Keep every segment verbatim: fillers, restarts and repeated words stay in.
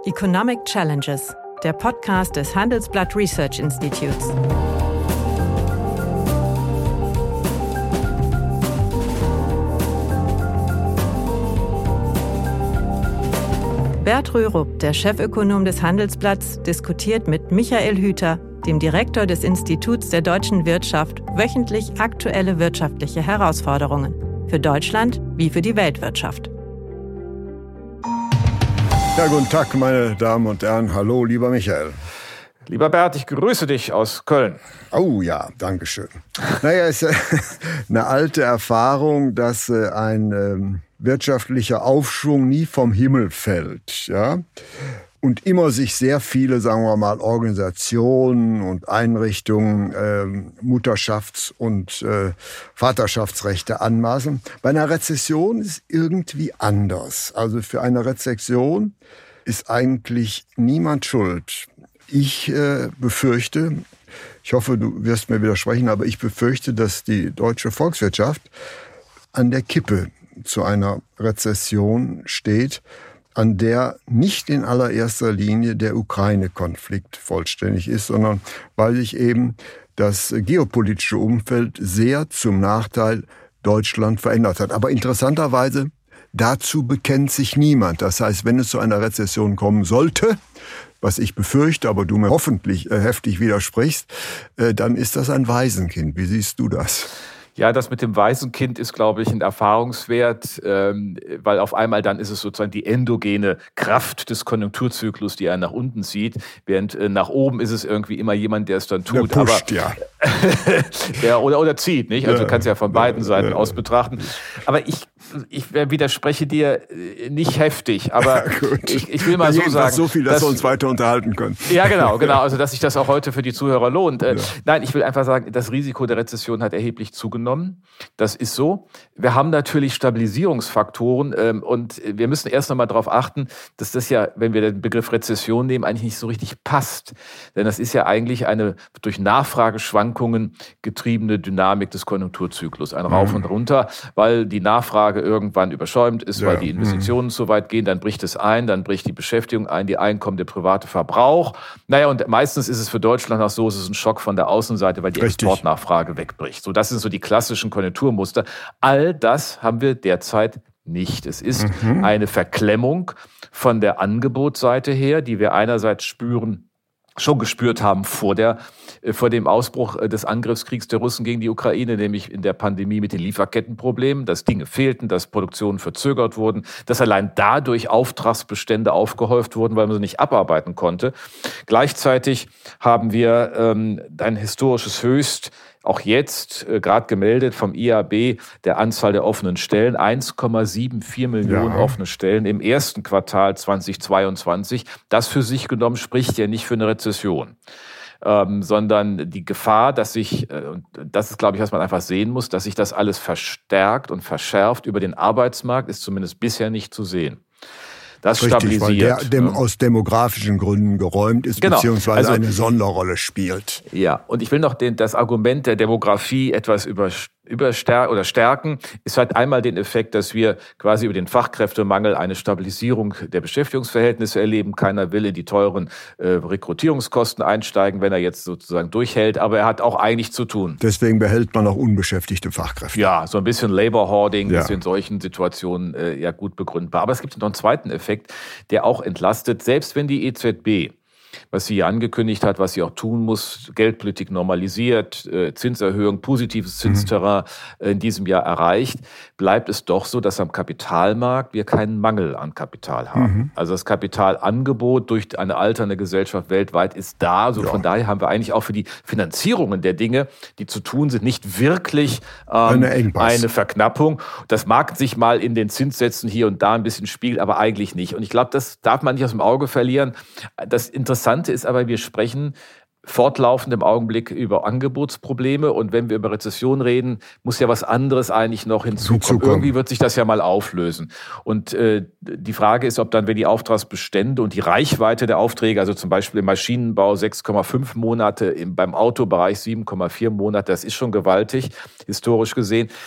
Economic Challenges, der Podcast des Handelsblatt Research Institutes. Bert Rürup, der Chefökonom des Handelsblatts, diskutiert mit Michael Hüter, dem Direktor des Instituts der deutschen Wirtschaft, wöchentlich aktuelle wirtschaftliche Herausforderungen. Für Deutschland wie für die Weltwirtschaft. Ja, guten Tag, meine Damen und Herren. Hallo, lieber Michael. Lieber Bert, ich grüße dich aus Köln. Oh ja, danke schön. Naja, es ist eine alte Erfahrung, dass ein ähm, wirtschaftlicher Aufschwung nie vom Himmel fällt, ja. Und immer sich sehr viele, sagen wir mal, Organisationen und Einrichtungen äh, Mutterschafts- und äh, Vaterschaftsrechte anmaßen. Bei einer Rezession ist irgendwie anders. Also für eine Rezession ist eigentlich niemand schuld. Ich äh, befürchte, ich hoffe, du wirst mir widersprechen, aber ich befürchte, dass die deutsche Volkswirtschaft an der Kippe zu einer Rezession steht, an der nicht in allererster Linie der Ukraine-Konflikt vollständig ist, sondern weil sich eben das geopolitische Umfeld sehr zum Nachteil Deutschland verändert hat. Aber interessanterweise, dazu bekennt sich niemand. Das heißt, wenn es zu einer Rezession kommen sollte, was ich befürchte, aber du mir hoffentlich äh, heftig widersprichst, äh, dann ist das ein Waisenkind. Wie siehst du das? Ja, das mit dem Waisenkind ist, glaube ich, ein Erfahrungswert, ähm, weil auf einmal dann ist es sozusagen die endogene Kraft des Konjunkturzyklus, die er nach unten zieht, während äh, nach oben ist es irgendwie immer jemand, der es dann tut. Der pusht, aber, ja. der, oder, oder zieht, nicht? Also ja, du kannst ja von beiden ja, Seiten ja. aus betrachten. Aber ich, ich widerspreche dir nicht heftig, aber ja, ich, ich will mal ja, so sagen. so viel, dass, dass wir uns weiter unterhalten können. Ja, genau, genau. Also, dass sich das auch heute für die Zuhörer lohnt. Äh, Ja. Nein, ich will einfach sagen, das Risiko der Rezession hat erheblich zugenommen. Das ist so. Wir haben natürlich Stabilisierungsfaktoren ähm, und wir müssen erst noch mal darauf achten, dass das ja, wenn wir den Begriff Rezession nehmen, eigentlich nicht so richtig passt. Denn das ist ja eigentlich eine durch Nachfrageschwankungen getriebene Dynamik des Konjunkturzyklus. Ein Rauf Mhm. und Runter, weil die Nachfrage irgendwann überschäumt ist, Ja. weil die Investitionen mhm. zu weit gehen, dann bricht es ein, dann bricht die Beschäftigung ein, die Einkommen, der private Verbrauch. Naja, und meistens ist es für Deutschland auch so, es ist ein Schock von der Außenseite, weil die Richtig. Exportnachfrage wegbricht. So, das sind so die klassischen Konjunkturmuster. All das haben wir derzeit nicht. Es ist Mhm. eine Verklemmung von der Angebotsseite her, die wir einerseits spüren, schon gespürt haben vor der, vor dem Ausbruch des Angriffskriegs der Russen gegen die Ukraine, nämlich in der Pandemie mit den Lieferkettenproblemen, dass Dinge fehlten, dass Produktionen verzögert wurden, dass allein dadurch Auftragsbestände aufgehäuft wurden, weil man sie nicht abarbeiten konnte. Gleichzeitig haben wir ähm, ein historisches Höchst, auch jetzt, äh, gerade gemeldet vom I A B, der Anzahl der offenen Stellen, eins Komma vierundsiebzig Millionen Ja. offene Stellen im ersten Quartal zweitausendzweiundzwanzig. Das für sich genommen spricht ja nicht für eine Rezession. Ähm, sondern die Gefahr, dass sich, äh, und das ist, glaube ich, was man einfach sehen muss, dass sich das alles verstärkt und verschärft über den Arbeitsmarkt, ist zumindest bisher nicht zu sehen. Das Richtig, weil der stabilisiert. dem, ne? aus demografischen Gründen geräumt ist, Genau. beziehungsweise Also- eine Sonderrolle spielt. Ja, und ich will noch den, das Argument der Demografie etwas über, überstärken oder stärken. Es hat einmal den Effekt, dass wir quasi über den Fachkräftemangel eine Stabilisierung der Beschäftigungsverhältnisse erleben. Keiner will in die teuren äh, Rekrutierungskosten einsteigen, wenn er jetzt sozusagen durchhält. Aber er hat auch eigentlich zu tun. Deswegen behält man auch unbeschäftigte Fachkräfte. Ja, so ein bisschen Labor Hoarding Ja. ist in solchen Situationen äh, ja gut begründbar. Aber es gibt noch einen zweiten Effekt, der auch entlastet, selbst wenn die E Z B, was sie hier angekündigt hat, was sie auch tun muss, Geldpolitik normalisiert, äh, Zinserhöhung, positives Zinsterrain mhm. in diesem Jahr erreicht, bleibt es doch so, dass am Kapitalmarkt wir keinen Mangel an Kapital haben. Mhm. Also das Kapitalangebot durch eine alternde Gesellschaft weltweit ist da. Also ja. Von daher haben wir eigentlich auch für die Finanzierungen der Dinge, die zu tun sind, nicht wirklich ähm, eine, eine Verknappung. Das mag sich mal in den Zinssätzen hier und da ein bisschen spiegeln, aber eigentlich nicht. Und ich glaube, das darf man nicht aus dem Auge verlieren. Das Interessante ist aber, wir sprechen fortlaufend im Augenblick über Angebotsprobleme. Und wenn wir über Rezession reden, muss ja was anderes eigentlich noch hinzukommen. hinzukommen. Irgendwie wird sich das ja mal auflösen. Und äh, die Frage ist, ob dann, wenn die Auftragsbestände und die Reichweite der Aufträge, also zum Beispiel im Maschinenbau sechs Komma fünf Monate, im, beim Autobereich sieben Komma vier Monate, das ist schon gewaltig, historisch gesehen.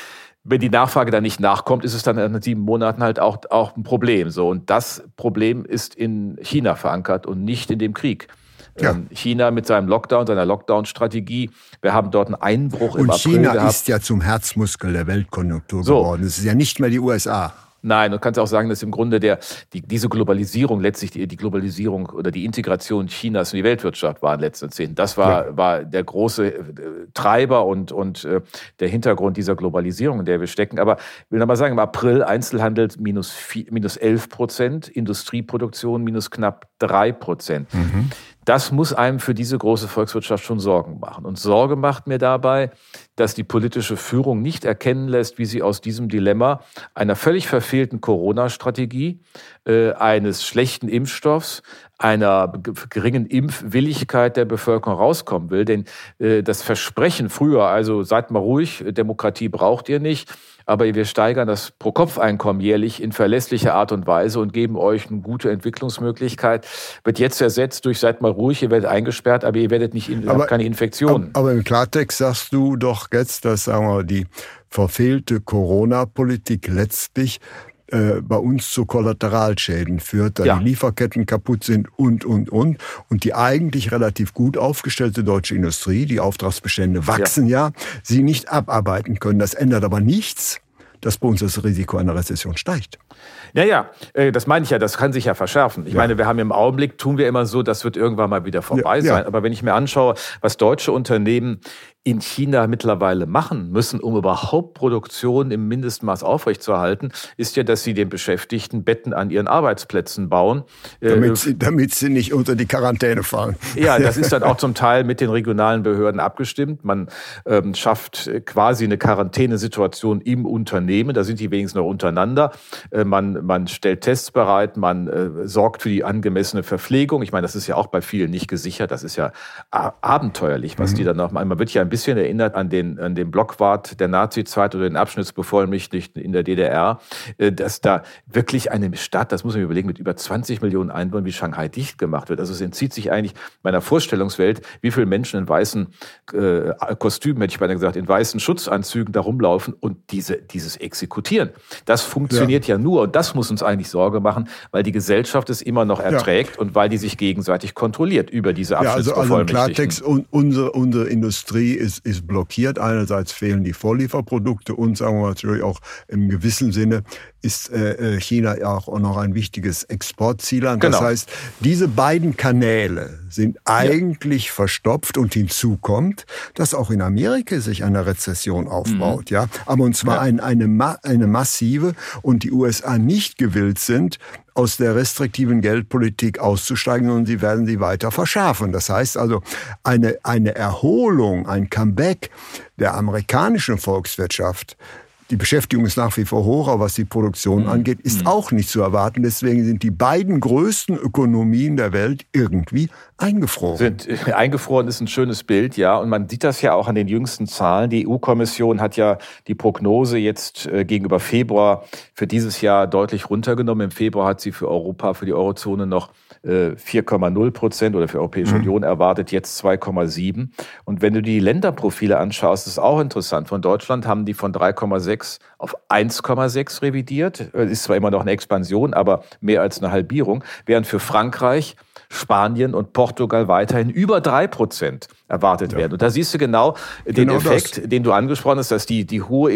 wenn die Nachfrage dann nicht nachkommt, ist es dann in sieben Monaten halt auch, auch ein Problem. So. Und das Problem ist in China verankert und nicht in dem Krieg. Ja. Ähm, China mit seinem Lockdown, seiner Lockdown-Strategie. Wir haben dort einen Einbruch im und April China gehabt. ist ja zum Herzmuskel der Weltkonjunktur so. geworden. Es ist ja nicht mehr die U S A. Nein, du kannst auch sagen, dass im Grunde der, die, diese Globalisierung, letztlich die, die Globalisierung oder die Integration Chinas in die Weltwirtschaft war in den letzten Jahrzehnten. Das war, ja. war der große äh, Treiber und, und äh, der Hintergrund dieser Globalisierung, in der wir stecken. Aber ich will noch mal sagen, im April Einzelhandel minus, vier, minus elf Prozent, Industrieproduktion minus knapp drei Prozent. Mhm. Das muss einem für diese große Volkswirtschaft schon Sorgen machen. Und Sorge macht mir dabei, dass die politische Führung nicht erkennen lässt, wie sie aus diesem Dilemma einer völlig verfehlten Corona-Strategie, äh, eines schlechten Impfstoffs, einer geringen Impfwilligkeit der Bevölkerung rauskommen will. Denn äh, das Versprechen früher, also seid mal ruhig, Demokratie braucht ihr nicht, aber wir steigern das Pro-Kopf-Einkommen jährlich in verlässlicher Art und Weise und geben euch eine gute Entwicklungsmöglichkeit, wird jetzt ersetzt durch seid mal ruhig, ihr werdet eingesperrt, aber ihr werdet nicht in, aber, habt keine Infektionen. Aber im Klartext sagst du doch jetzt, dass sagen wir, die verfehlte Corona-Politik letztlich äh, bei uns zu Kollateralschäden führt, da ja. die Lieferketten kaputt sind und, und, und. Und die eigentlich relativ gut aufgestellte deutsche Industrie, die Auftragsbestände wachsen ja, ja sie nicht abarbeiten können. Das ändert aber nichts, dass bei uns das Risiko einer Rezession steigt. Ja, ja, das meine ich ja, das kann sich ja verschärfen. Ich ja. meine, wir haben im Augenblick, tun wir immer so, das wird irgendwann mal wieder vorbei ja, sein. Ja. Aber wenn ich mir anschaue, was deutsche Unternehmen in China mittlerweile machen müssen, um überhaupt Produktion im Mindestmaß aufrechtzuerhalten, ist ja, dass sie den Beschäftigten Betten an ihren Arbeitsplätzen bauen. Damit, äh, sie, damit sie nicht unter die Quarantäne fallen. Ja, das ist dann auch zum Teil mit den regionalen Behörden abgestimmt. Man ähm, schafft quasi eine Quarantänesituation im Unternehmen. Da sind die wenigstens noch untereinander. Äh, man, man stellt Tests bereit, man äh, sorgt für die angemessene Verpflegung. Ich meine, das ist ja auch bei vielen nicht gesichert. Das ist ja a- abenteuerlich, was mhm. die dann noch machen. Man wird ja ein bisschen erinnert an den, an den Blockwart der Nazizeit oder den Abschnittsbevollmächtigten in der D D R, dass da wirklich eine Stadt, das muss man überlegen, mit über zwanzig Millionen Einwohnern wie Shanghai dicht gemacht wird. Also es entzieht sich eigentlich meiner Vorstellungswelt, wie viele Menschen in weißen äh, Kostümen, hätte ich beinahe gesagt, in weißen Schutzanzügen da rumlaufen und diese, dieses exekutieren. Das funktioniert ja. ja nur und das muss uns eigentlich Sorge machen, weil die Gesellschaft es immer noch erträgt ja. und weil die sich gegenseitig kontrolliert über diese Abschnittsbevollmächtigten. Ja, also, also im Klartext, un, unsere, unsere Industrie ist Ist, ist blockiert. Einerseits fehlen die Vorlieferprodukte und sagen wir natürlich auch im gewissen Sinne ist äh, China ja auch noch ein wichtiges Exportzielland. Genau. Das heißt, diese beiden Kanäle sind eigentlich ja. verstopft und hinzu kommt, dass auch in Amerika sich eine Rezession aufbaut. Mhm. Ja, aber und zwar ja. ein, eine, eine massive und die U S A nicht gewillt sind, aus der restriktiven Geldpolitik auszusteigen und sie werden sie weiter verschärfen. Das heißt also, eine, eine Erholung, ein Comeback der amerikanischen Volkswirtschaft, die Beschäftigung ist nach wie vor hoch, aber was die Produktion mhm. angeht, ist mhm. auch nicht zu erwarten. Deswegen sind die beiden größten Ökonomien der Welt irgendwie eingefroren. Sind, äh, eingefroren ist ein schönes Bild, ja. Und man sieht das ja auch an den jüngsten Zahlen. Die E U-Kommission hat ja die Prognose jetzt äh, gegenüber Februar für dieses Jahr deutlich runtergenommen. Im Februar hat sie für Europa, für die Eurozone noch äh, vier Komma null Prozent oder für die Europäische mhm. Union erwartet, jetzt zwei Komma sieben. Und wenn du die Länderprofile anschaust, ist auch interessant. Von Deutschland haben die von drei Komma sechs auf eins Komma sechs revidiert. Ist zwar immer noch eine Expansion, aber mehr als eine Halbierung. Während für Frankreich, Spanien und Portugal weiterhin über drei Prozent erwartet ja. werden. Und da siehst du genau, genau den Effekt, das. den du angesprochen hast, dass die, die hohe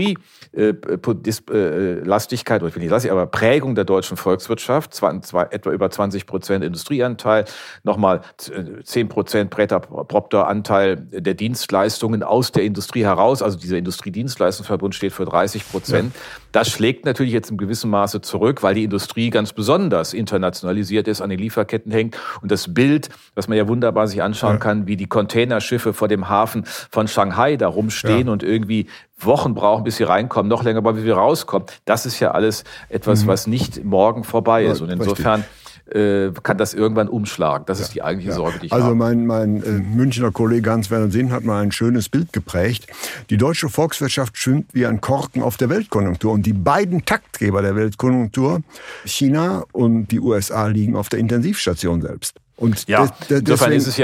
Industrielastigkeit, äh, oder ich will nicht lastig, aber Prägung der deutschen Volkswirtschaft, zwar, zwar etwa über zwanzig Prozent Industrieanteil, nochmal zehn Prozent Präter-Propter Anteil der Dienstleistungen aus der Industrie heraus, also dieser Industriedienstleistungsverbund steht für dreißig Prozent. Ja. Das schlägt natürlich jetzt in gewissem Maße zurück, weil die Industrie ganz besonders internationalisiert ist, an den Lieferketten hängt. Und das Bild, was man ja wunderbar sich anschauen ja. kann, wie die Containerschiffe vor dem Hafen von Shanghai da rumstehen ja. und irgendwie Wochen brauchen, bis sie reinkommen, noch länger, bis sie rauskommen. Das ist ja alles etwas, mhm. was nicht morgen vorbei ist. Und insofern äh, kann das irgendwann umschlagen. Das ja. ist die eigentliche ja. Sorge, die ich also habe. Also mein, mein äh, Münchner Kollege Hans-Werner Sinn hat mal ein schönes Bild geprägt. Die deutsche Volkswirtschaft schwimmt wie ein Korken auf der Weltkonjunktur. Und die beiden Taktgeber der Weltkonjunktur, China und die U S A, liegen auf der Intensivstation selbst. Und ja, des, des, insofern ist es ja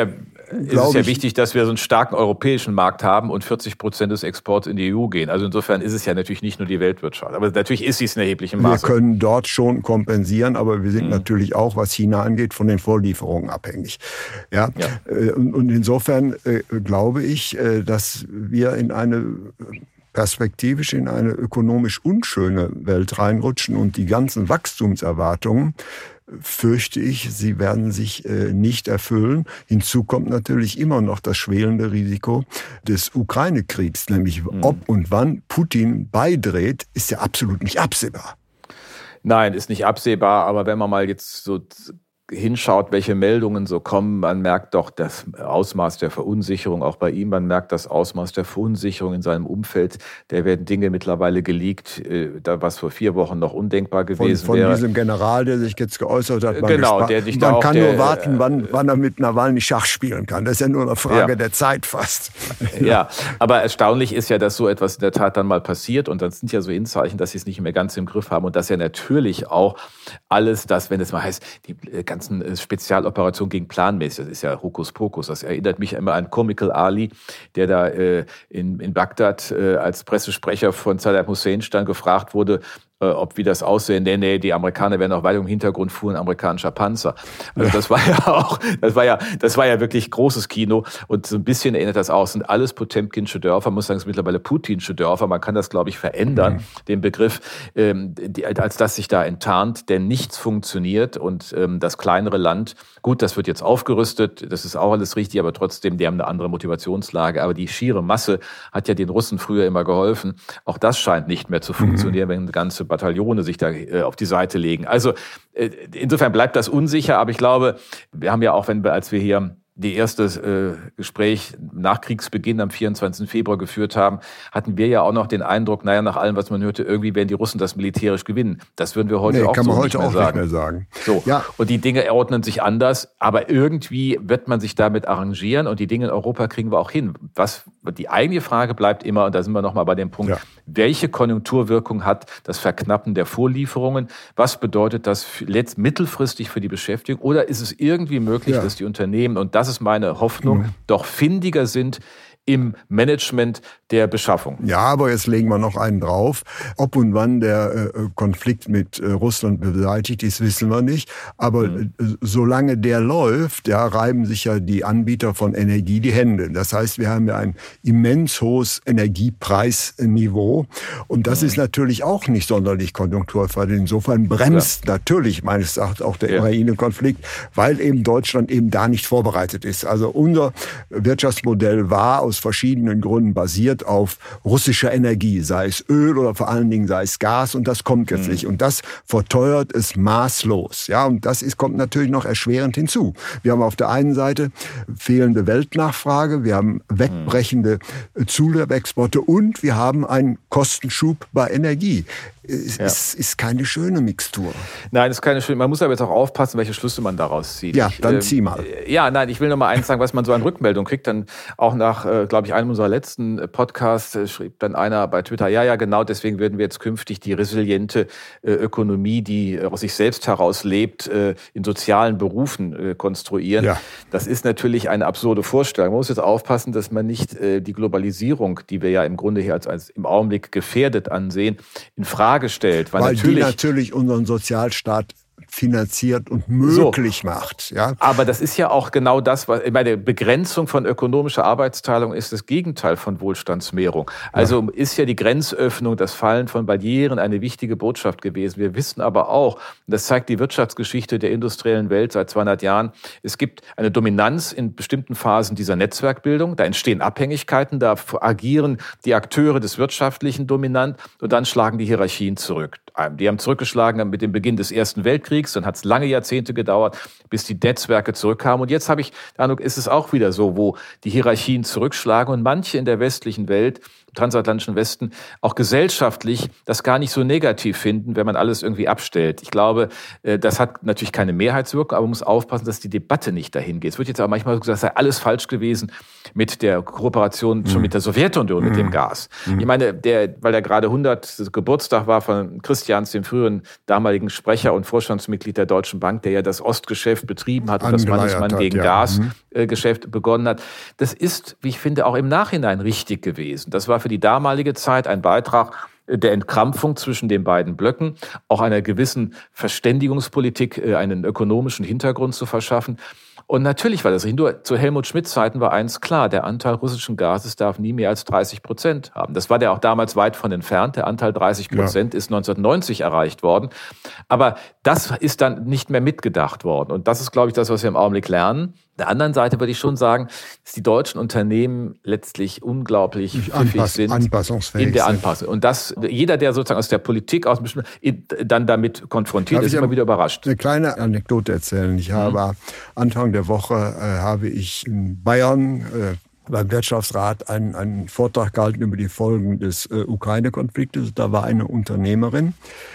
ist es ja wichtig, dass wir so einen starken europäischen Markt haben und vierzig Prozent des Exports in die E U gehen. Also insofern ist es ja natürlich nicht nur die Weltwirtschaft. Aber natürlich ist sie es in erheblichem Maße. Wir können dort schon kompensieren, aber wir sind mhm. natürlich auch, was China angeht, von den Vorlieferungen abhängig. Ja? ja. Und, und insofern äh, glaube ich, äh, dass wir in eine perspektivisch in eine ökonomisch unschöne Welt reinrutschen und die ganzen Wachstumserwartungen, fürchte ich, sie werden sich äh, nicht erfüllen. Hinzu kommt natürlich immer noch das schwelende Risiko des Ukraine-Kriegs, nämlich mhm. ob und wann Putin beidreht, ist ja absolut nicht absehbar. Nein, ist nicht absehbar, aber wenn man mal jetzt so hinschaut, welche Meldungen so kommen, man merkt doch das Ausmaß der Verunsicherung auch bei ihm, man merkt das Ausmaß der Verunsicherung in seinem Umfeld. Da werden Dinge mittlerweile geleakt, was vor vier Wochen noch undenkbar gewesen von, von wäre. Von diesem General, der sich jetzt geäußert hat. Man genau, der sich da Man auch kann der, nur warten, wann, wann er mit Nawalny Schach spielen kann. Das ist ja nur eine Frage ja. der Zeit fast. Ja, aber erstaunlich ist ja, dass so etwas in der Tat dann mal passiert und dann sind ja so Hinzeichen, dass sie es nicht mehr ganz im Griff haben und dass ja natürlich auch alles das, wenn es mal heißt, die ganzen Spezialoperationen gegen planmäßig, das ist ja Hokuspokus, das erinnert mich immer an Comical Ali, der da äh, in, in Bagdad äh, als Pressesprecher von Saddam Hussein stand, gefragt wurde, ob wie das aussehen. Nee, nee, die Amerikaner werden auch weiter im Hintergrund fuhren, amerikanischer Panzer. Also das war ja auch, das war ja, das war ja wirklich großes Kino und so ein bisschen erinnert das auch, sind alles Potemkinsche Dörfer, man muss sagen, es sind mittlerweile Putinsche Dörfer, man kann das, glaube ich, verändern, mhm. den Begriff, ähm, die, als das sich da enttarnt, denn nichts funktioniert und ähm, das kleinere Land, gut, das wird jetzt aufgerüstet, das ist auch alles richtig, aber trotzdem, die haben eine andere Motivationslage, aber die schiere Masse hat ja den Russen früher immer geholfen, auch das scheint nicht mehr zu funktionieren, mhm. wenn eine ganze Bataillone sich da äh, auf die Seite legen. Also äh, insofern bleibt das unsicher, aber ich glaube, wir haben ja auch, wenn wir, als wir hier die erste äh, Gespräch nach Kriegsbeginn am vierundzwanzigsten Februar geführt haben, hatten wir ja auch noch den Eindruck, naja, nach allem, was man hörte, irgendwie werden die Russen das militärisch gewinnen. Das würden wir heute nee, auch kann so man heute nicht, mehr auch nicht mehr sagen. So. Ja. Und die Dinge ordnen sich anders, aber irgendwie wird man sich damit arrangieren und die Dinge in Europa kriegen wir auch hin. Was die eigentliche Frage bleibt immer, und da sind wir nochmal bei dem Punkt, ja. welche Konjunkturwirkung hat das Verknappen der Vorlieferungen? Was bedeutet das für, letzt, mittelfristig für die Beschäftigung? Oder ist es irgendwie möglich, ja. dass die Unternehmen, und das ist meine Hoffnung, mhm. doch findiger sind im Management der Beschaffung. Ja, aber jetzt legen wir noch einen drauf. Ob und wann der äh, Konflikt mit äh, Russland beseitigt ist, wissen wir nicht. Aber mhm. äh, solange der läuft, ja, reiben sich ja die Anbieter von Energie die Hände. Das heißt, wir haben ja ein immens hohes Energiepreisniveau. Und das mhm. ist natürlich auch nicht sonderlich konjunkturfördernd. Insofern bremst ja. natürlich meines Erachtens auch der ja. Ukraine-Konflikt, weil eben Deutschland eben da nicht vorbereitet ist. Also unser Wirtschaftsmodell war aus verschiedenen Gründen basiert auf russischer Energie, sei es Öl oder vor allen Dingen sei es Gas, und das kommt jetzt mhm. nicht. Und das verteuert es maßlos. Ja, und das ist, kommt natürlich noch erschwerend hinzu. Wir haben auf der einen Seite fehlende Weltnachfrage, wir haben wegbrechende mhm. Zulieferexporte und wir haben einen Kostenschub bei Energie. Es ja. ist, ist keine schöne Mixtur. Nein, es ist keine schöne. Man muss aber jetzt auch aufpassen, welche Schlüsse man daraus zieht. Ja, dann ähm, zieh mal. Ja, nein, ich will noch mal eins sagen, was man so an Rückmeldung kriegt. Dann auch nach, äh, glaube ich, einem unserer letzten Podcasts äh, schrieb dann einer bei Twitter, ja, ja, genau, deswegen würden wir jetzt künftig die resiliente äh, Ökonomie, die äh, aus sich selbst heraus lebt, äh, in sozialen Berufen äh, konstruieren. Ja. Das ist natürlich eine absurde Vorstellung. Man muss jetzt aufpassen, dass man nicht äh, die Globalisierung, die wir ja im Grunde hier als, als im Augenblick gefährdet ansehen, in Frage stellt. Weil, weil natürlich, die natürlich unseren Sozialstaat finanziert und möglich so. macht. Ja? Aber das ist ja auch genau das, was, ich meine, Begrenzung von ökonomischer Arbeitsteilung ist das Gegenteil von Wohlstandsmehrung. Also ja. ist ja die Grenzöffnung, das Fallen von Barrieren eine wichtige Botschaft gewesen. Wir wissen aber auch, und das zeigt die Wirtschaftsgeschichte der industriellen Welt seit zweihundert Jahren, es gibt eine Dominanz in bestimmten Phasen dieser Netzwerkbildung, da entstehen Abhängigkeiten, da agieren die Akteure des Wirtschaftlichen dominant und dann schlagen die Hierarchien zurück. Die haben zurückgeschlagen mit dem Beginn des Ersten Weltkriegs, dann hat es lange Jahrzehnte gedauert, bis die Netzwerke zurückkamen. Und jetzt habe ich den Eindruck, ist es auch wieder so, wo die Hierarchien zurückschlagen und manche in der westlichen Welt, im transatlantischen Westen, auch gesellschaftlich das gar nicht so negativ finden, wenn man alles irgendwie abstellt. Ich glaube, das hat natürlich keine Mehrheitswirkung, aber man muss aufpassen, dass die Debatte nicht dahin geht. Es wird jetzt aber manchmal gesagt, es sei alles falsch gewesen mit der Kooperation mhm. schon mit der Sowjetunion, mhm. mit dem Gas. Mhm. Ich meine, der, weil der gerade hundert Geburtstag war von Christians, dem früheren damaligen Sprecher und Vorstands Vorstandsmitglied der Deutschen Bank, der ja das Ostgeschäft betrieben hat und das Mannesmann gegen Gas-Geschäft ja. begonnen hat. Das ist, wie ich finde, auch im Nachhinein richtig gewesen. Das war für die damalige Zeit ein Beitrag der Entkrampfung zwischen den beiden Blöcken, auch einer gewissen Verständigungspolitik einen ökonomischen Hintergrund zu verschaffen. Und natürlich war das nicht nur, zu Helmut Schmidts Zeiten war eins klar, der Anteil russischen Gases darf nie mehr als dreißig Prozent haben. Das war der auch damals weit von entfernt. Der Anteil dreißig Prozent ja. ist neunzehnhundertneunzig erreicht worden. Aber das ist dann nicht mehr mitgedacht worden. Und das ist, glaube ich, das, was wir im Augenblick lernen. Der anderen Seite würde ich schon sagen, dass die deutschen Unternehmen letztlich unglaublich pfiffig sind anpassungsfähig in der Anpassung. Und das, jeder, der sozusagen aus der Politik aus dann damit konfrontiert, ist immer wieder überrascht. Eine kleine Anekdote erzählen. Ich habe mhm. Anfang der Woche äh, habe ich in Bayern äh, beim Wirtschaftsrat einen, einen Vortrag gehalten über die Folgen des äh, Ukraine-Konfliktes. Da war eine Unternehmerin,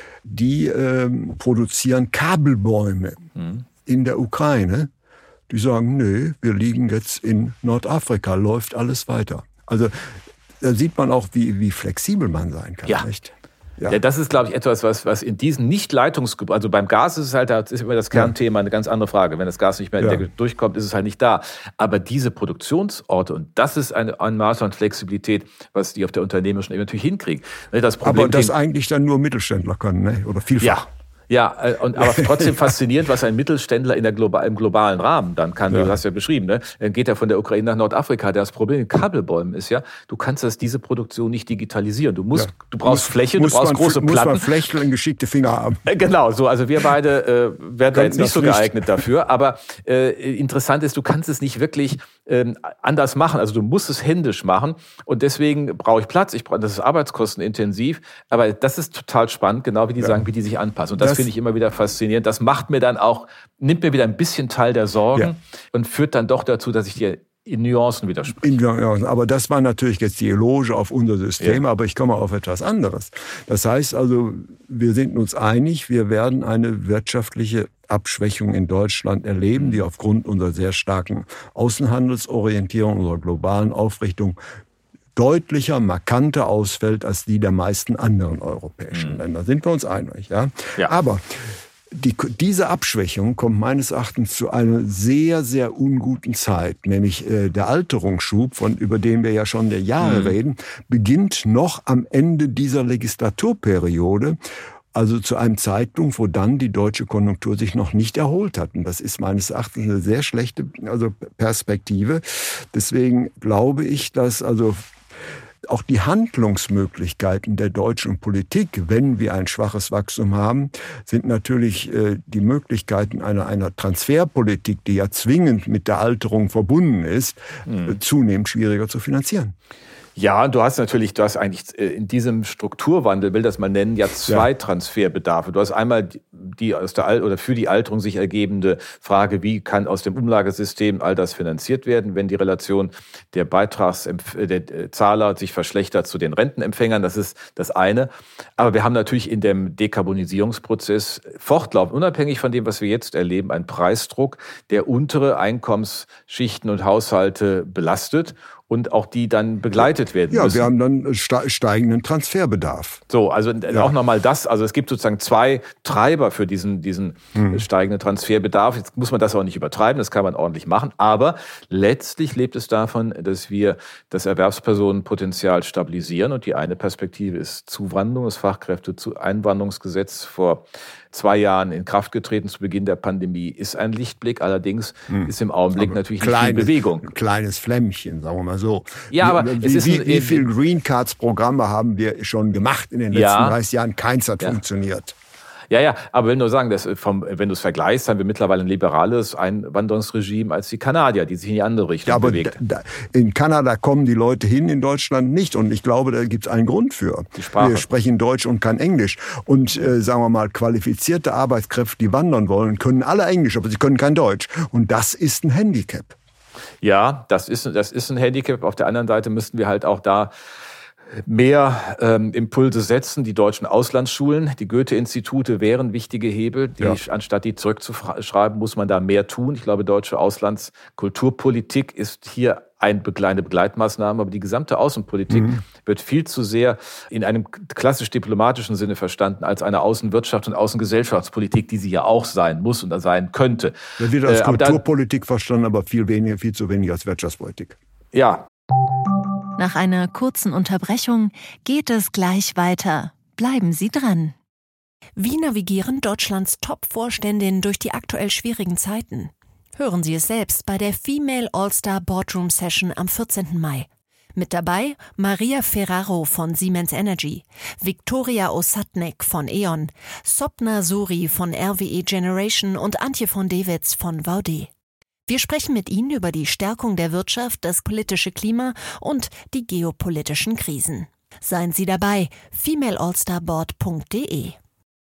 die äh, produzieren Kabelbäume mhm. in der Ukraine. Die sagen, nö, wir liegen jetzt in Nordafrika, läuft alles weiter. Also da sieht man auch, wie, wie flexibel man sein kann. Ja. Nicht? Ja. Ja, das ist, glaube ich, etwas, was, was in diesen Nicht-Leitungsgebäuden, also beim Gas ist es halt, das ist immer das Kernthema, eine ganz andere Frage. Wenn das Gas nicht mehr ja. durchkommt, ist es halt nicht da. Aber diese Produktionsorte, und das ist ein, ein Maß an Flexibilität, was die auf der unternehmerischen Ebene natürlich hinkriegen. Das Problem aber das eigentlich dann nur Mittelständler können, ne? Oder vielfach. Ja. Ja, und, aber trotzdem faszinierend, was ein Mittelständler in der Global, im globalen Rahmen dann kann. Ja. Du hast ja beschrieben, ne? Dann geht er von der Ukraine nach Nordafrika. Das Problem in Kabelbäumen ist ja, du kannst das, diese Produktion nicht digitalisieren. Du musst, ja. du brauchst muss, Fläche, du brauchst man, große muss Platten. Muss man Flechtel und geschickte Finger haben. Genau, so. Also wir beide äh, werden da jetzt nicht so nicht. geeignet dafür. Aber äh, interessant ist, du kannst es nicht wirklich äh, anders machen. Also du musst es händisch machen. Und deswegen brauche ich Platz. Ich brauche, das ist arbeitskostenintensiv. Aber das ist total spannend, genau wie die ja. sagen, wie die sich anpassen. Und das, das finde ich immer wieder faszinierend. Das macht mir dann auch, nimmt mir wieder ein bisschen Teil der Sorgen ja. und führt dann doch dazu, dass ich dir in Nuancen widerspreche. In Nuancen. Aber das war natürlich jetzt die Eloge auf unser System, ja. aber ich komme auf etwas anderes. Das heißt also, wir sind uns einig, wir werden eine wirtschaftliche Abschwächung in Deutschland erleben, die aufgrund unserer sehr starken Außenhandelsorientierung, unserer globalen Aufrichtung deutlicher, markanter ausfällt als die der meisten anderen europäischen mhm. Länder. Sind wir uns einig, ja? ja. Aber Die, diese Abschwächung kommt meines Erachtens zu einer sehr, sehr unguten Zeit, nämlich äh, der Alterungsschub, von über den wir ja schon der Jahre mhm. reden, beginnt noch am Ende dieser Legislaturperiode, also zu einem Zeitpunkt, wo dann die deutsche Konjunktur sich noch nicht erholt hat. Und das ist meines Erachtens eine sehr schlechte also Perspektive. Deswegen glaube ich, dass also auch die Handlungsmöglichkeiten der deutschen Politik, wenn wir ein schwaches Wachstum haben, sind natürlich äh, die Möglichkeiten einer, einer Transferpolitik, die ja zwingend mit der Alterung verbunden ist, mhm. äh, zunehmend schwieriger zu finanzieren. Ja, du hast natürlich, du hast eigentlich in diesem Strukturwandel, will das mal nennen, ja zwei ja. Transferbedarfe. Du hast einmal die aus der Al- oder für die Alterung sich ergebende Frage, wie kann aus dem Umlagesystem all das finanziert werden, wenn die Relation der Beitrags der Zahler sich verschlechtert zu den Rentenempfängern. Das ist das eine. Aber wir haben natürlich in dem Dekarbonisierungsprozess fortlaufend, unabhängig von dem, was wir jetzt erleben, einen Preisdruck, der untere Einkommensschichten und Haushalte belastet. Und auch die dann begleitet werden ja, müssen. Ja, wir haben dann steigenden Transferbedarf. So, also ja. auch nochmal das, also es gibt sozusagen zwei Treiber für diesen, diesen hm. steigenden Transferbedarf. Jetzt muss man das auch nicht übertreiben, das kann man ordentlich machen. Aber letztlich lebt es davon, dass wir das Erwerbspersonenpotenzial stabilisieren. Und die eine Perspektive ist Zuwanderung, das Fachkräfte-Einwanderungsgesetz vor zwei Jahren in Kraft getreten zu Beginn der Pandemie, ist ein Lichtblick. Allerdings hm. ist im Augenblick aber natürlich nicht viel Bewegung. Ein kleines Flämmchen, sagen wir mal so. Ja, aber wie, es ist wie, ein, wie viele Green Cards Programme haben wir schon gemacht in den letzten ja. dreißig Jahren? Keins hat ja. funktioniert. Ja, ja, aber will nur sagen, dass vom, wenn du es vergleichst, haben wir mittlerweile ein liberales Einwanderungsregime als die Kanadier, die sich in die andere Richtung ja, aber bewegt. Da, in Kanada kommen die Leute hin, in Deutschland nicht. Und ich glaube, da gibt es einen Grund für. Die Sprache. Wir sprechen Deutsch und kein Englisch. Und äh, sagen wir mal, qualifizierte Arbeitskräfte, die wandern wollen, können alle Englisch, aber sie können kein Deutsch. Und das ist ein Handicap. Ja, das ist, das ist ein Handicap. Auf der anderen Seite müssten wir halt auch da mehr ähm, Impulse setzen. Die deutschen Auslandsschulen, die Goethe-Institute wären wichtige Hebel. Die, ja. Anstatt die zurückzuschreiben, muss man da mehr tun. Ich glaube, deutsche Auslandskulturpolitik ist hier eine kleine Begleitmaßnahme, aber die gesamte Außenpolitik mhm. wird viel zu sehr in einem klassisch diplomatischen Sinne verstanden als eine Außenwirtschafts- und Außengesellschaftspolitik, die sie ja auch sein muss und sein könnte. Da wird als äh, Kulturpolitik verstanden, aber viel weniger, viel zu wenig als Wirtschaftspolitik. Ja. Nach einer kurzen Unterbrechung geht es gleich weiter. Bleiben Sie dran. Wie navigieren Deutschlands Top-Vorständinnen durch die aktuell schwierigen Zeiten? Hören Sie es selbst bei der Female All-Star Boardroom Session am vierzehnten Mai. Mit dabei Maria Ferraro von Siemens Energy, Viktoria Osatnek von E.ON, Sopna Suri von R W E Generation und Antje von Dewitz von Vaude. Wir sprechen mit Ihnen über die Stärkung der Wirtschaft, das politische Klima und die geopolitischen Krisen. Seien Sie dabei, female all star board punkt de.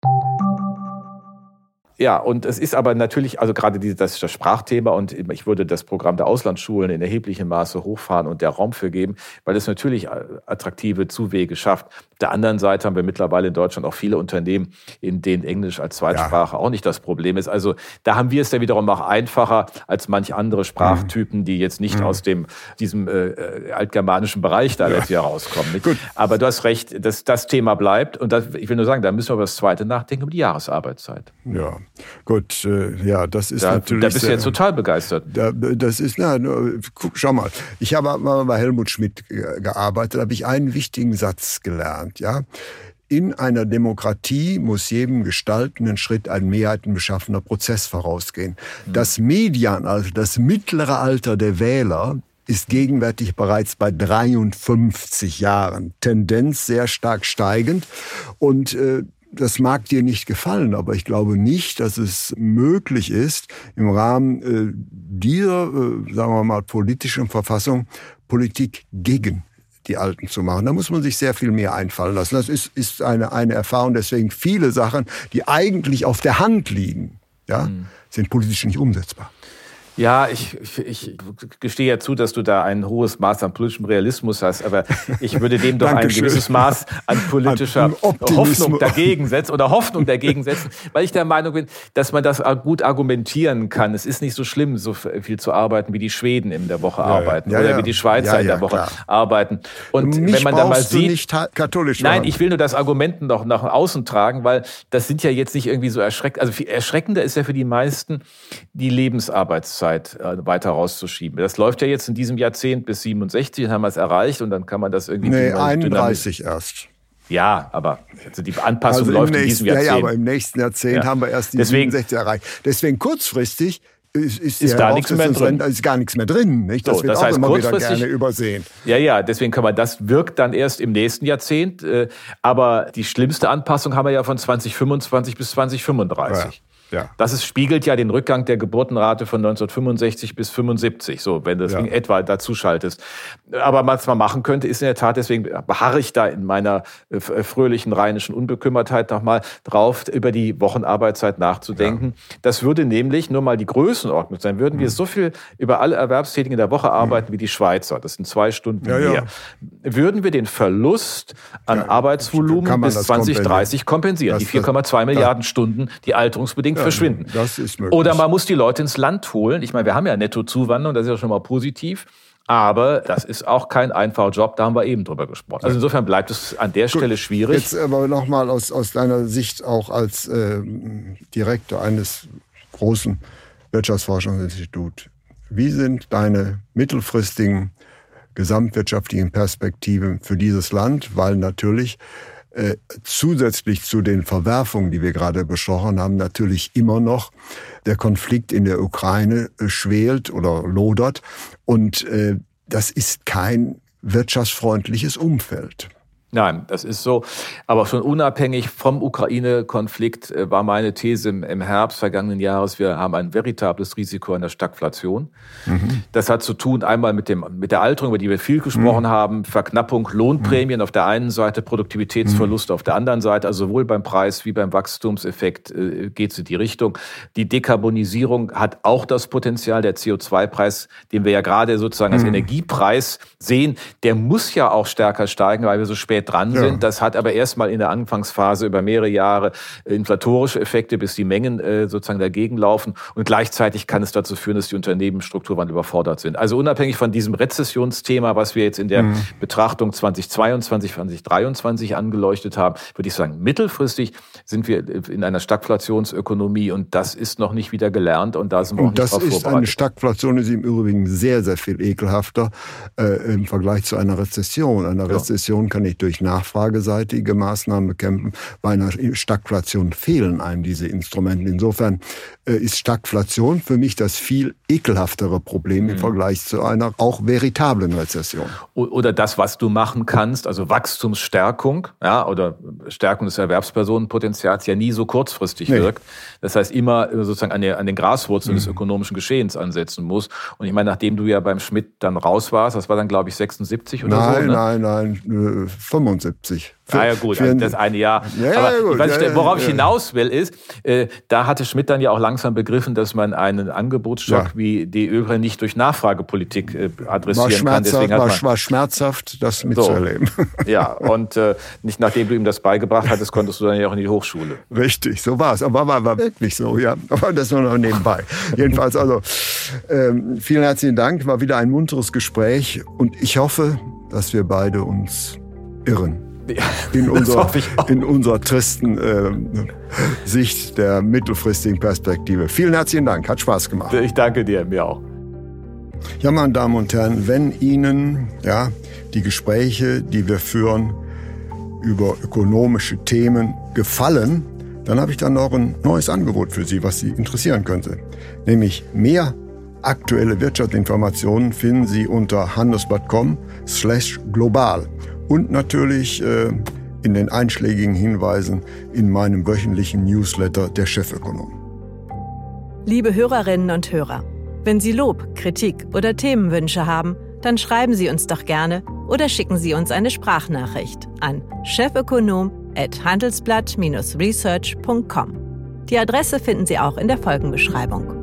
Ja, und es ist aber natürlich, also gerade die, das, das Sprachthema, und ich würde das Programm der Auslandsschulen in erheblichem Maße hochfahren und der Raum für geben, weil es natürlich attraktive Zuwege schafft. Auf der anderen Seite haben wir mittlerweile in Deutschland auch viele Unternehmen, in denen Englisch als Zweitsprache ja. auch nicht das Problem ist. Also da haben wir es ja wiederum auch einfacher als manch andere Sprachtypen, die jetzt nicht mhm. aus dem diesem äh, altgermanischen Bereich da ja. letztes Jahr rauskommen. Nicht? Gut. Aber du hast recht, das, das Thema bleibt. Und das, ich will nur sagen, da müssen wir über das Zweite nachdenken, über die Jahresarbeitszeit. Ja. Gut, äh, ja, das ist da, natürlich... Da bist du jetzt total begeistert. Da, das ist, na, guck, schau mal, ich habe mal bei Helmut Schmidt gearbeitet, da habe ich einen wichtigen Satz gelernt, ja. In einer Demokratie muss jedem gestaltenden Schritt ein mehrheitenbeschaffener Prozess vorausgehen. Mhm. Das Median, also das mittlere Alter der Wähler, ist gegenwärtig bereits bei dreiundfünfzig Jahren. Tendenz sehr stark steigend und äh, das mag dir nicht gefallen, aber ich glaube nicht, dass es möglich ist, im Rahmen äh, dieser, äh, sagen wir mal, politischen Verfassung Politik gegen die Alten zu machen. Da muss man sich sehr viel mehr einfallen lassen. Das ist, ist eine, eine Erfahrung. Deswegen viele Sachen, die eigentlich auf der Hand liegen, ja, mhm. sind politisch nicht umsetzbar. Ja, ich, ich, ich gestehe ja zu, dass du da ein hohes Maß an politischem Realismus hast, aber ich würde dem doch ein gewisses Maß an politischer an Hoffnung dagegen setzen oder Hoffnung dagegen setzen, weil ich der Meinung bin, dass man das gut argumentieren kann. Es ist nicht so schlimm, so viel zu arbeiten, wie die Schweden in der Woche ja, arbeiten ja, oder ja. wie die Schweizer ja, ja, in der Woche klar. arbeiten. Und Mich wenn man dann mal sieht, nicht katholisch nein, ich will nur das Argument noch nach außen tragen, weil das sind ja jetzt nicht irgendwie so erschreckend. Also viel erschreckender ist ja für die meisten die Lebensarbeitszeit weiter rauszuschieben. Das läuft ja jetzt in diesem Jahrzehnt bis siebenundsechzig, dann haben wir es erreicht und dann kann man das irgendwie... Nee, einunddreißig erst. Ja, aber also die Anpassung also läuft nächsten, in diesem Jahrzehnt. Ja, ja, aber im nächsten Jahrzehnt ja. haben wir erst die Deswegen, siebenundsechzig erreicht. Deswegen kurzfristig ist, ist, ist da nichts mehr drin. Ist gar nichts mehr drin. Nicht? Das so, wird das heißt, auch immer wieder gerne übersehen. Ja, ja, deswegen kann man, das wirkt dann erst im nächsten Jahrzehnt. Aber die schlimmste Anpassung haben wir ja von zwanzig fünfundzwanzig bis zwanzig fünfunddreißig. Ja. Ja. Das ist, spiegelt ja den Rückgang der Geburtenrate von neunzehnhundertfünfundsechzig bis fünfundsiebzig, so, wenn du das ja. in etwa dazu schaltest. Aber was man machen könnte, ist in der Tat, deswegen beharre ich da in meiner fröhlichen rheinischen Unbekümmertheit nochmal drauf, über die Wochenarbeitszeit nachzudenken. Ja. Das würde nämlich nur mal die Größenordnung sein. Würden mhm. wir so viel über alle Erwerbstätigen in der Woche arbeiten mhm. wie die Schweizer, das sind zwei Stunden ja, mehr, ja. würden wir den Verlust an ja, Arbeitsvolumen bis zwanzig dreißig kompensieren. Das, die vier Komma zwei Milliarden das, Stunden, die alterungsbedingt ja, verschwinden. Das ist möglich. Oder man muss die Leute ins Land holen. Ich meine, wir haben ja Nettozuwanderung, das ist ja schon mal positiv. Aber das ist auch kein einfacher Job, da haben wir eben drüber gesprochen. Also insofern bleibt es an der Gut, Stelle schwierig. Jetzt aber nochmal aus, aus deiner Sicht auch als äh, Direktor eines großen Wirtschaftsforschungsinstituts. Wie sind deine mittelfristigen gesamtwirtschaftlichen Perspektiven für dieses Land? Weil natürlich Äh, zusätzlich zu den Verwerfungen, die wir gerade besprochen haben, natürlich immer noch der Konflikt in der Ukraine äh, schwelt oder lodert. Und äh, das ist kein wirtschaftsfreundliches Umfeld. Nein, das ist so. Aber schon unabhängig vom Ukraine-Konflikt war meine These im Herbst vergangenen Jahres, wir haben ein veritables Risiko einer Stagflation. Mhm. Das hat zu tun einmal mit dem mit der Alterung, über die wir viel gesprochen mhm. haben, Verknappung, Lohnprämien mhm. auf der einen Seite, Produktivitätsverluste mhm. auf der anderen Seite. Also sowohl beim Preis wie beim Wachstumseffekt äh, geht es in die Richtung. Die Dekarbonisierung hat auch das Potenzial, der C O zwei Preis, den wir ja gerade sozusagen als mhm. Energiepreis sehen, der muss ja auch stärker steigen, weil wir so spät spät dran ja. sind. Das hat aber erstmal in der Anfangsphase über mehrere Jahre inflatorische Effekte, bis die Mengen äh, sozusagen dagegen laufen. Und gleichzeitig kann es dazu führen, dass die Unternehmen strukturwandel überfordert sind. Also unabhängig von diesem Rezessionsthema, was wir jetzt in der mhm. Betrachtung zweitausendzweiundzwanzig, zweitausenddreiundzwanzig angeleuchtet haben, würde ich sagen, mittelfristig sind wir in einer Stagflationsökonomie und das ist noch nicht wieder gelernt und da sind wir auch nicht drauf vorbereitet. Und das ist eine Stagflation, ist im Übrigen sehr, sehr viel ekelhafter äh, im Vergleich zu einer Rezession. Eine ja. Rezession kann ich durch nachfrageseitige Maßnahmen bekämpfen. Bei einer Stagflation fehlen einem diese Instrumente. Insofern äh, ist Stagflation für mich das viel ekelhaftere Problem mhm. im Vergleich zu einer auch veritablen Rezession. Oder das, was du machen kannst, also Wachstumsstärkung, ja, oder Stärkung des Erwerbspersonenpotenzials ja nie so kurzfristig nee. wirkt. Das heißt, immer sozusagen an, der, an den Graswurzeln mhm. des ökonomischen Geschehens ansetzen muss. Und ich meine, nachdem du ja beim Schmidt dann raus warst, das war dann, glaube ich, sechsundsiebzig oder nein, so? Ne? Nein, nein, nein, fünfundsiebzig. Ah ja gut, also das eine Jahr. Ja, aber ja, gut, was ich, worauf ja, ich hinaus will, ist, äh, da hatte Schmidt dann ja auch langsam begriffen, dass man einen Angebotsschock ja. wie die ÖBRE nicht durch Nachfragepolitik äh, adressieren kann. Deswegen hat man, war, war schmerzhaft, das mitzuerleben. So. Ja, und äh, nicht nachdem du ihm das beigebracht hattest, konntest du dann ja auch in die Hochschule. Richtig, so war es. Aber war, war wirklich so, ja. Aber das nur noch nebenbei. Jedenfalls, also ähm, vielen herzlichen Dank. War wieder ein munteres Gespräch und ich hoffe, dass wir beide uns irren. Ja, in, unserer, in unserer tristen äh, Sicht der mittelfristigen Perspektive. Vielen herzlichen Dank, hat Spaß gemacht. Ich danke dir, mir auch. Ja, meine Damen und Herren, wenn Ihnen ja, die Gespräche, die wir führen über ökonomische Themen gefallen, dann habe ich dann noch ein neues Angebot für Sie, was Sie interessieren könnte. Nämlich mehr aktuelle Wirtschaftsinformationen finden Sie unter handelsblatt punkt com slash global. Und natürlich äh, in den einschlägigen Hinweisen in meinem wöchentlichen Newsletter Der Chefökonom. Liebe Hörerinnen und Hörer, wenn Sie Lob, Kritik oder Themenwünsche haben, dann schreiben Sie uns doch gerne oder schicken Sie uns eine Sprachnachricht an chefökonom at handelsblatt Bindestrich research punkt com. Die Adresse finden Sie auch in der Folgenbeschreibung.